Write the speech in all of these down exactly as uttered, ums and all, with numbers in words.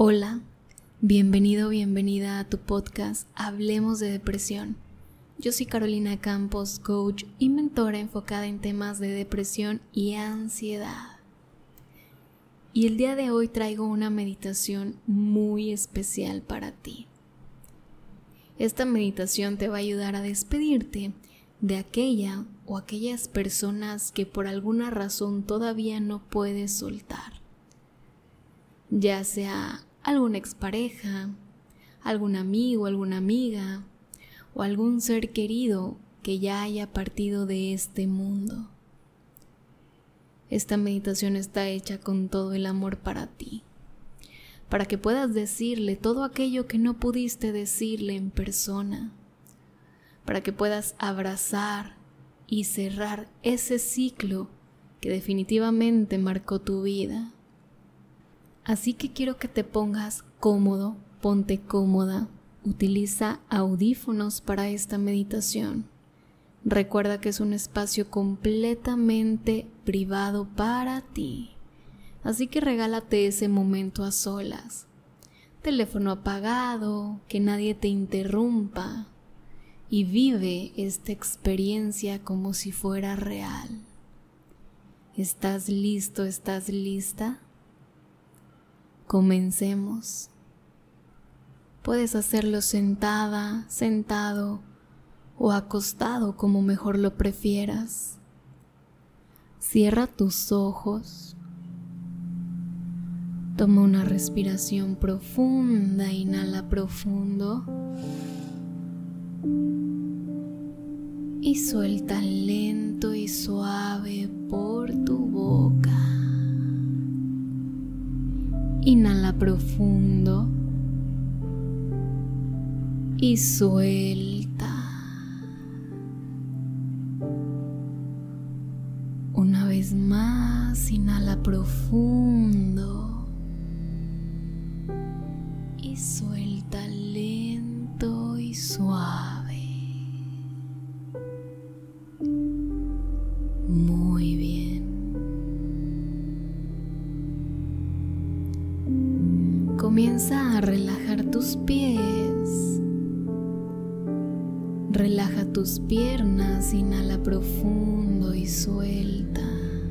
Hola, bienvenido, bienvenida a tu podcast Hablemos de Depresión. Yo soy Carolina Campos, coach y mentora enfocada en temas de depresión y ansiedad. Y el día de hoy traigo una meditación muy especial para ti. Esta meditación te va a ayudar a despedirte de aquella o aquellas personas que por alguna razón todavía no puedes soltar. Ya sea alguna expareja, algún amigo, alguna amiga o algún ser querido que ya haya partido de este mundo. Esta meditación está hecha con todo el amor para ti, para que puedas decirle todo aquello que no pudiste decirle en persona, para que puedas abrazar y cerrar ese ciclo que definitivamente marcó tu vida. Así que quiero que te pongas cómodo, ponte cómoda, utiliza audífonos para esta meditación. Recuerda que es un espacio completamente privado para ti, así que regálate ese momento a solas. Teléfono apagado, que nadie te interrumpa y vive esta experiencia como si fuera real. ¿Estás listo? ¿Estás lista? Comencemos. Puedes hacerlo sentada, sentado o acostado como mejor lo prefieras. Cierra tus ojos. Toma una respiración profunda, inhala profundo y suelta lento y suave por tu boca. Inhala profundo y suelta. Una vez más, inhala profundo y suelta lento y suave. Muy bien. Comienza a relajar tus pies. Relaja tus piernas, inhala profundo y suelta.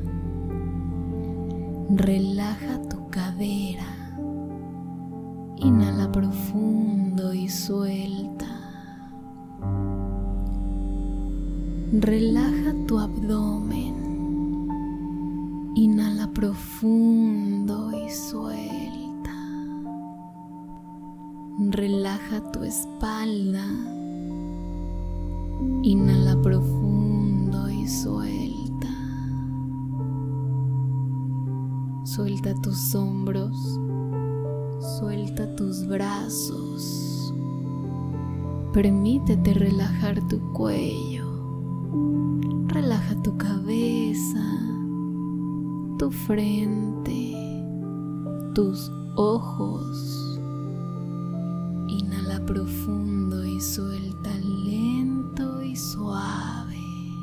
Relaja tu cadera. Inhala profundo y suelta. Relaja tu abdomen. Inhala profundo y suelta. Relaja tu espalda. Inhala profundo y suelta. Suelta tus hombros. Suelta tus brazos. Permítete relajar tu cuello. Relaja tu cabeza, tu frente, tus ojos. Inhala profundo y suelta lento y suave.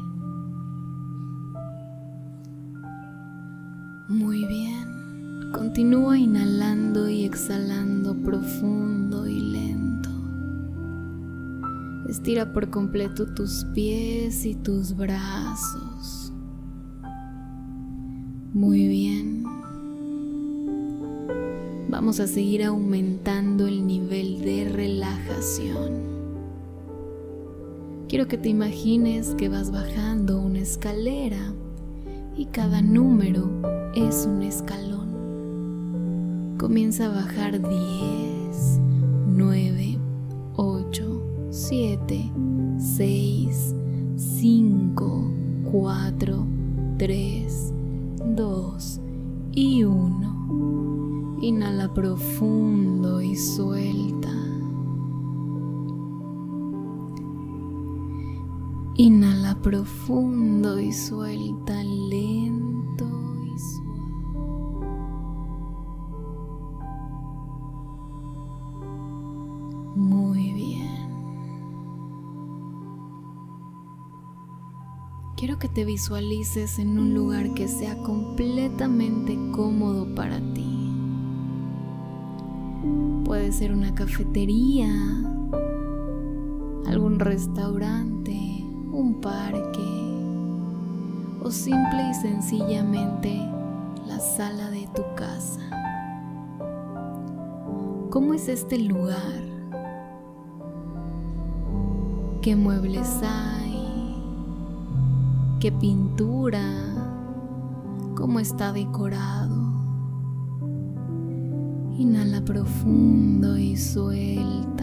Muy bien. Continúa inhalando y exhalando profundo y lento. Estira por completo tus pies y tus brazos. Muy bien. Vamos a seguir aumentando el nivel de relajación. Quiero que te imagines que vas bajando una escalera y cada número es un escalón. Comienza a bajar diez, nueve, ocho, siete, seis, cinco, cuatro, tres, dos y uno. Inhala profundo y suelta. Inhala profundo y suelta lento y suave. Muy bien. Quiero que te visualices en un lugar que sea completamente cómodo para ti. Puede ser una cafetería, algún restaurante, un parque o simple y sencillamente la sala de tu casa. ¿Cómo es este lugar? ¿Qué muebles hay? ¿Qué pintura? ¿Cómo está decorado? Inhala profundo y suelta.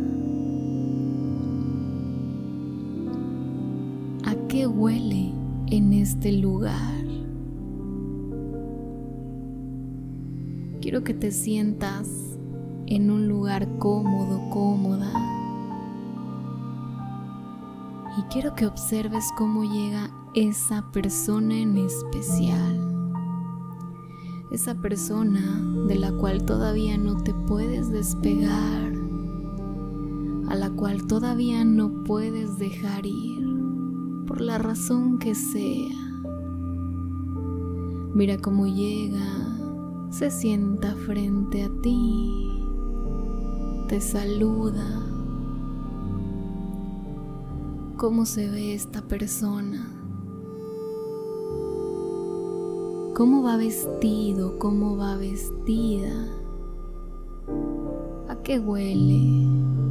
¿A qué huele en este lugar? Quiero que te sientas en un lugar cómodo, cómoda. Y quiero que observes cómo llega esa persona en especial. Esa persona de la cual todavía no te puedes despegar, a la cual todavía no puedes dejar ir, por la razón que sea. Mira cómo llega, se sienta frente a ti, te saluda. ¿Cómo se ve esta persona? ¿Cómo va vestido? ¿Cómo va vestida? ¿A qué huele?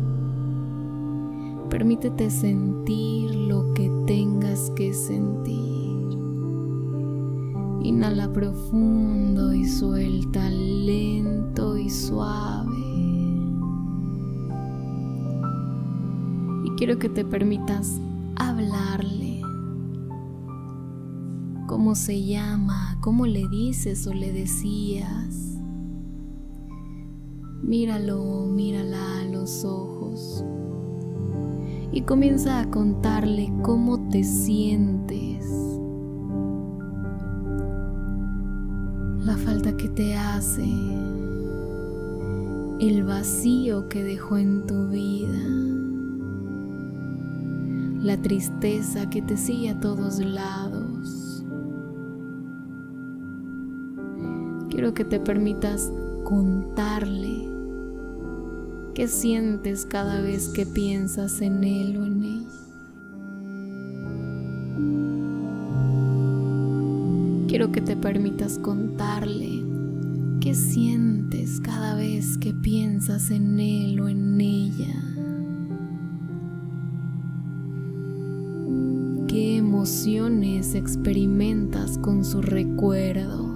Permítete sentir lo que tengas que sentir. Inhala profundo y suelta lento y suave. Y quiero que te permitas hablarle. ¿Cómo se llama? ¿Cómo le dices o le decías? Míralo, mírala a los ojos y comienza a contarle cómo te sientes, la falta que te hace, el vacío que dejó en tu vida, la tristeza que te sigue a todos lados. Quiero que te permitas contarle qué sientes cada vez que piensas en él o en ella. Quiero que te permitas contarle qué sientes cada vez que piensas en él o en ella. ¿Qué emociones experimentas con su recuerdo?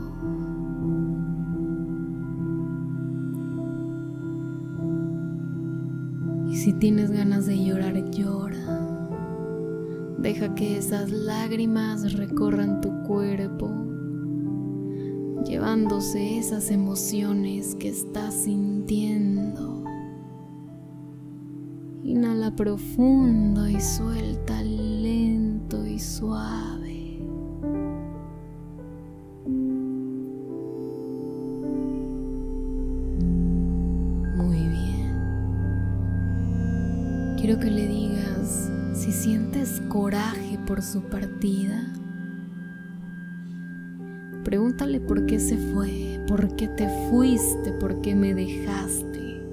Y si tienes ganas de llorar, llora. Deja que esas lágrimas recorran tu cuerpo, llevándose esas emociones que estás sintiendo. Inhala profundo y suelta lento y suave. Muy bien. Quiero que le digas si sientes coraje por su partida. Pregúntale por qué se fue, por qué te fuiste, por qué me dejaste,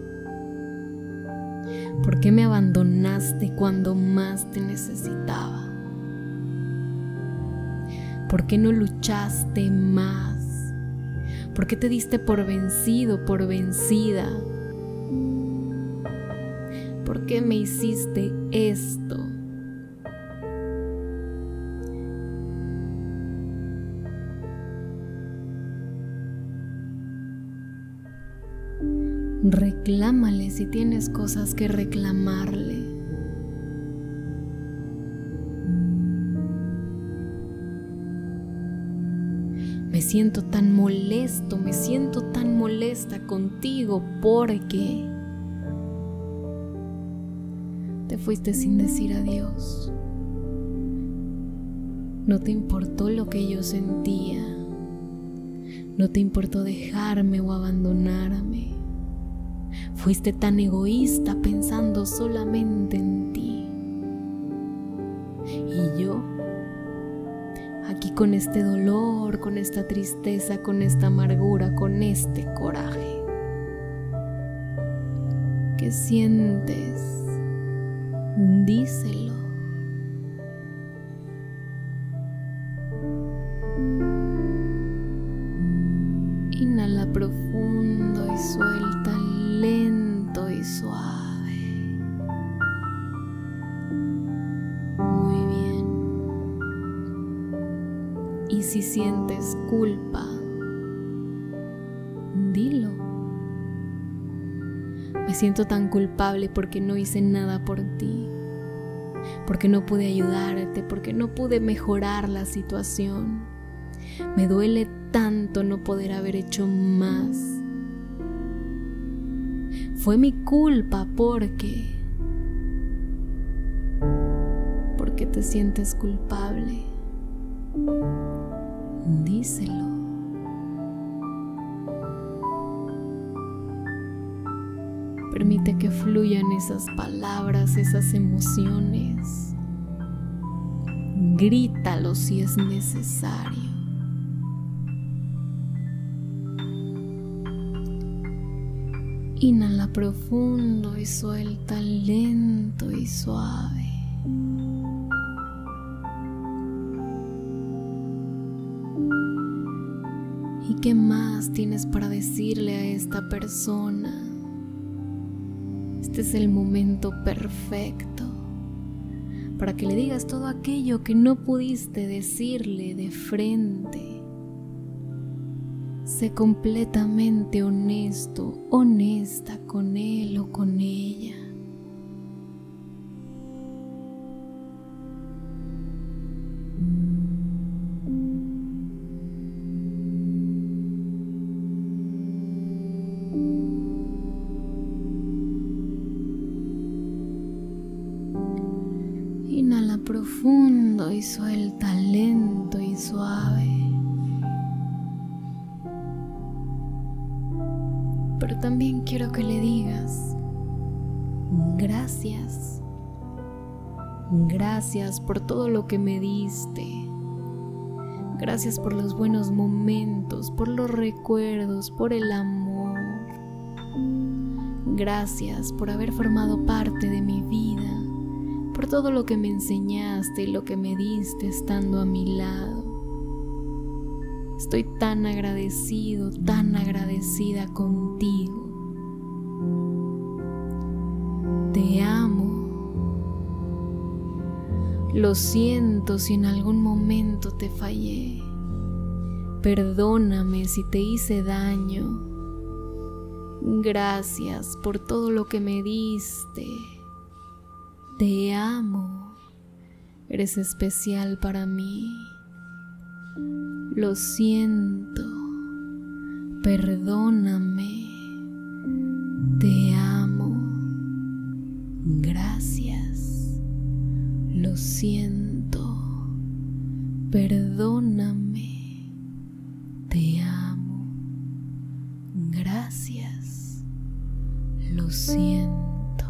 por qué me abandonaste cuando más te necesitaba, por qué no luchaste más, por qué te diste por vencido, por vencida, por qué me hiciste esto. Reclámale si tienes cosas que reclamarle. Me siento tan molesto, me siento tan molesta contigo porque te fuiste sin decir adiós. No te importó lo que yo sentía. No te importó dejarme o abandonarme. Fuiste tan egoísta pensando solamente en ti. Y yo, aquí con este dolor, con esta tristeza, con esta amargura, con este coraje. ¿Qué sientes? Díselo. Inhala profundo y suelta lento y suave. Muy bien. Y si sientes culpa, dilo. Me siento tan culpable porque no hice nada por ti, porque no pude ayudarte, porque no pude mejorar la situación. Me duele tanto no poder haber hecho más. Fue mi culpa porque... porque te sientes culpable. Díselo. Permite que fluyan esas palabras, esas emociones. Grítalo si es necesario. Inhala profundo y suelta lento y suave. ¿Y qué más tienes para decirle a esta persona? Este es el momento perfecto para que le digas todo aquello que no pudiste decirle de frente. Sé completamente honesto, honesta con él o con ella. Inhala profundo y suelta lento y suave. Pero también quiero que le digas gracias. Gracias por todo lo que me diste. Gracias por los buenos momentos, por los recuerdos, por el amor. Gracias por haber formado parte de mi vida, por todo lo que me enseñaste y lo que me diste estando a mi lado. Estoy tan agradecido, tan agradecida contigo. Te amo. Lo siento si en algún momento te fallé. Perdóname si te hice daño. Gracias por todo lo que me diste. Te amo. Eres especial para mí. Lo siento. Perdóname. Te amo. Gracias. Lo siento. Perdóname. Te amo. Gracias. Lo siento.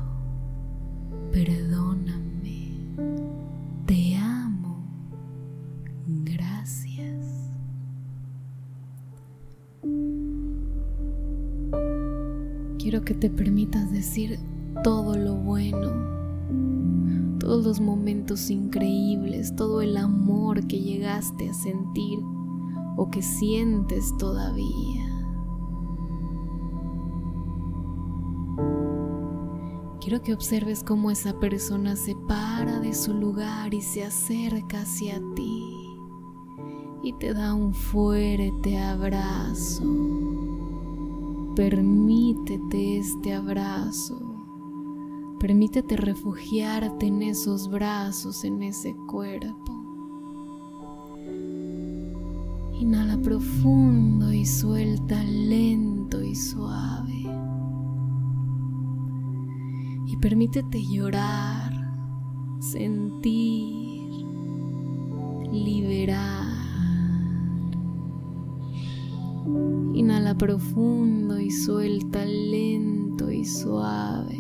Perdóname. Te amo. Gracias. Quiero que te permitas decir todo lo bueno, todos los momentos increíbles, todo el amor que llegaste a sentir o que sientes todavía. Quiero que observes cómo esa persona se para de su lugar y se acerca hacia ti y te da un fuerte abrazo. Permítete este abrazo. Permítete refugiarte en esos brazos, en ese cuerpo. Inhala profundo y suelta lento y suave. Y permítete llorar, sentir, liberar. Inhala profundo y suelta lento y suave.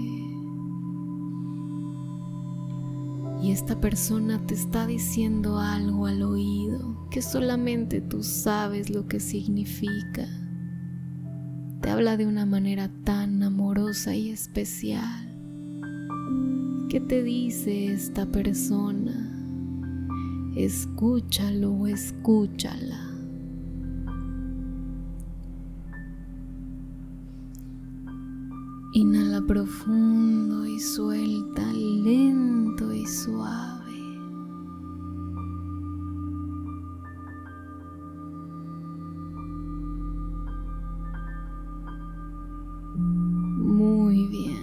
Y esta persona te está diciendo algo al oído que solamente tú sabes lo que significa. Te te habla de una manera tan amorosa y especial. ¿Qué te dice esta persona? Escúchalo o escúchala. Inhala profundo y suelta lento y suave. Muy bien.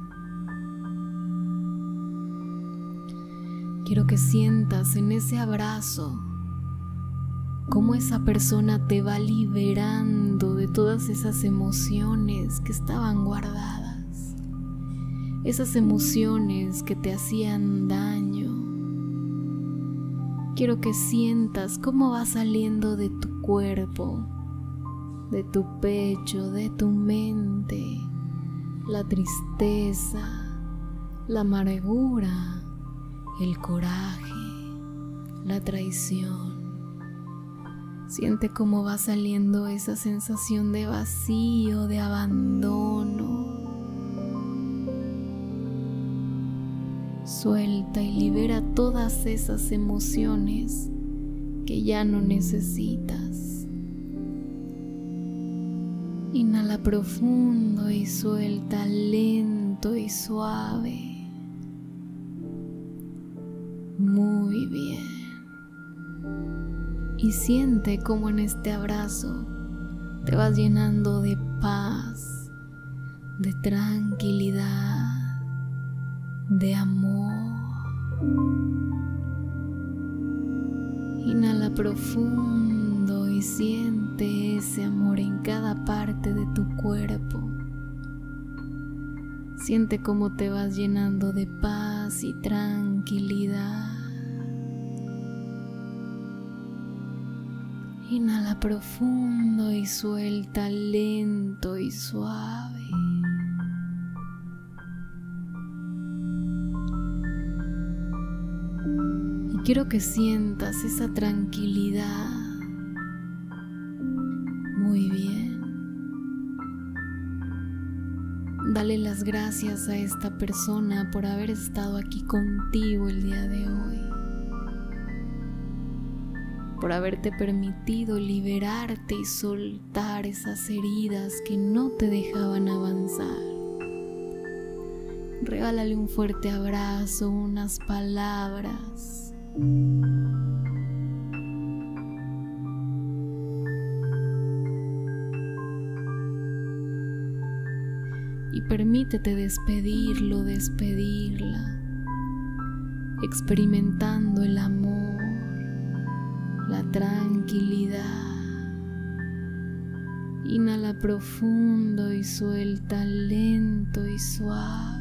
Quiero que sientas en ese abrazo cómo esa persona te va liberando de todas esas emociones que estaban guardadas, esas emociones que te hacían daño. Quiero que sientas cómo va saliendo de tu cuerpo, de tu pecho, de tu mente, la tristeza, la amargura, el coraje, la traición. Siente cómo va saliendo esa sensación de vacío, de abandono. Suelta y libera todas esas emociones que ya no necesitas. Inhala profundo y suelta lento y suave. Muy bien. Y siente cómo en este abrazo te vas llenando de paz, de tranquilidad, de amor. Inhala profundo y siente ese amor en cada parte de tu cuerpo. Siente cómo te vas llenando de paz y tranquilidad. Inhala profundo y suelta lento y suave. Y quiero que sientas esa tranquilidad. Muy bien. Dale las gracias a esta persona por haber estado aquí contigo el día de hoy, por haberte permitido liberarte y soltar esas heridas que no te dejaban avanzar. Regálale un fuerte abrazo, unas palabras. Y permítete despedirlo, despedirla, experimentando el amor, la tranquilidad. Inhala profundo y suelta lento y suave.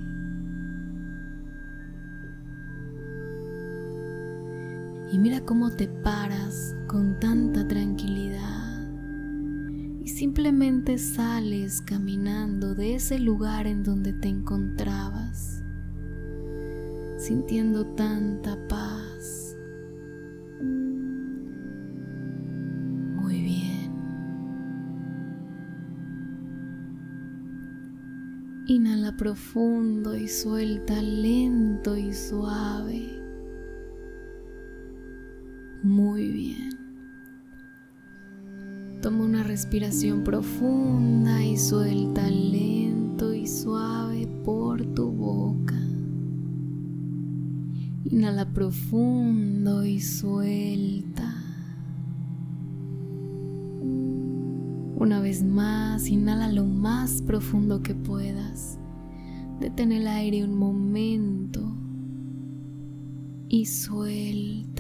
Y mira cómo te paras con tanta tranquilidad y simplemente sales caminando de ese lugar en donde te encontrabas, sintiendo tanta paz. Muy bien. Inhala profundo y suelta lento y suave. Muy bien. Toma una respiración profunda y suelta lento y suave por tu boca. Inhala profundo y suelta. Una vez más, inhala lo más profundo que puedas. Detén el aire un momento y suelta.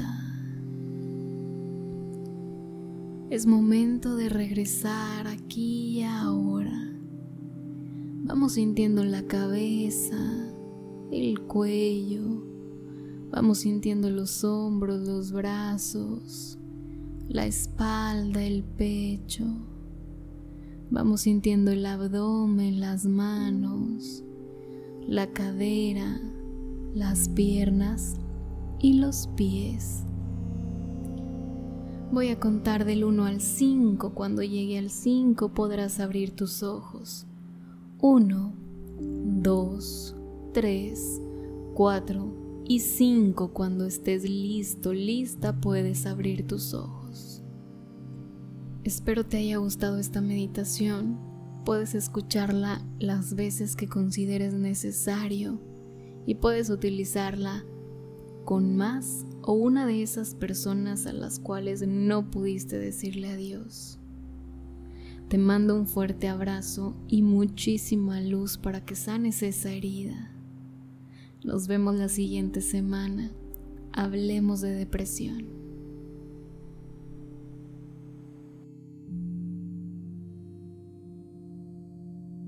Es momento de regresar aquí y ahora. Vamos sintiendo la cabeza, el cuello, vamos sintiendo los hombros, los brazos, la espalda, el pecho. Vamos sintiendo el abdomen, las manos, la cadera, las piernas y los pies. Voy a contar del uno al cinco. Cuando llegue al cinco podrás abrir tus ojos. uno, dos, tres, cuatro y cinco. Cuando estés listo, lista, puedes abrir tus ojos. Espero te haya gustado esta meditación. Puedes escucharla las veces que consideres necesario y puedes utilizarla con más o una de esas personas a las cuales no pudiste decirle adiós. Te mando un fuerte abrazo y muchísima luz para que sanes esa herida. Nos vemos la siguiente semana. Hablemos de depresión.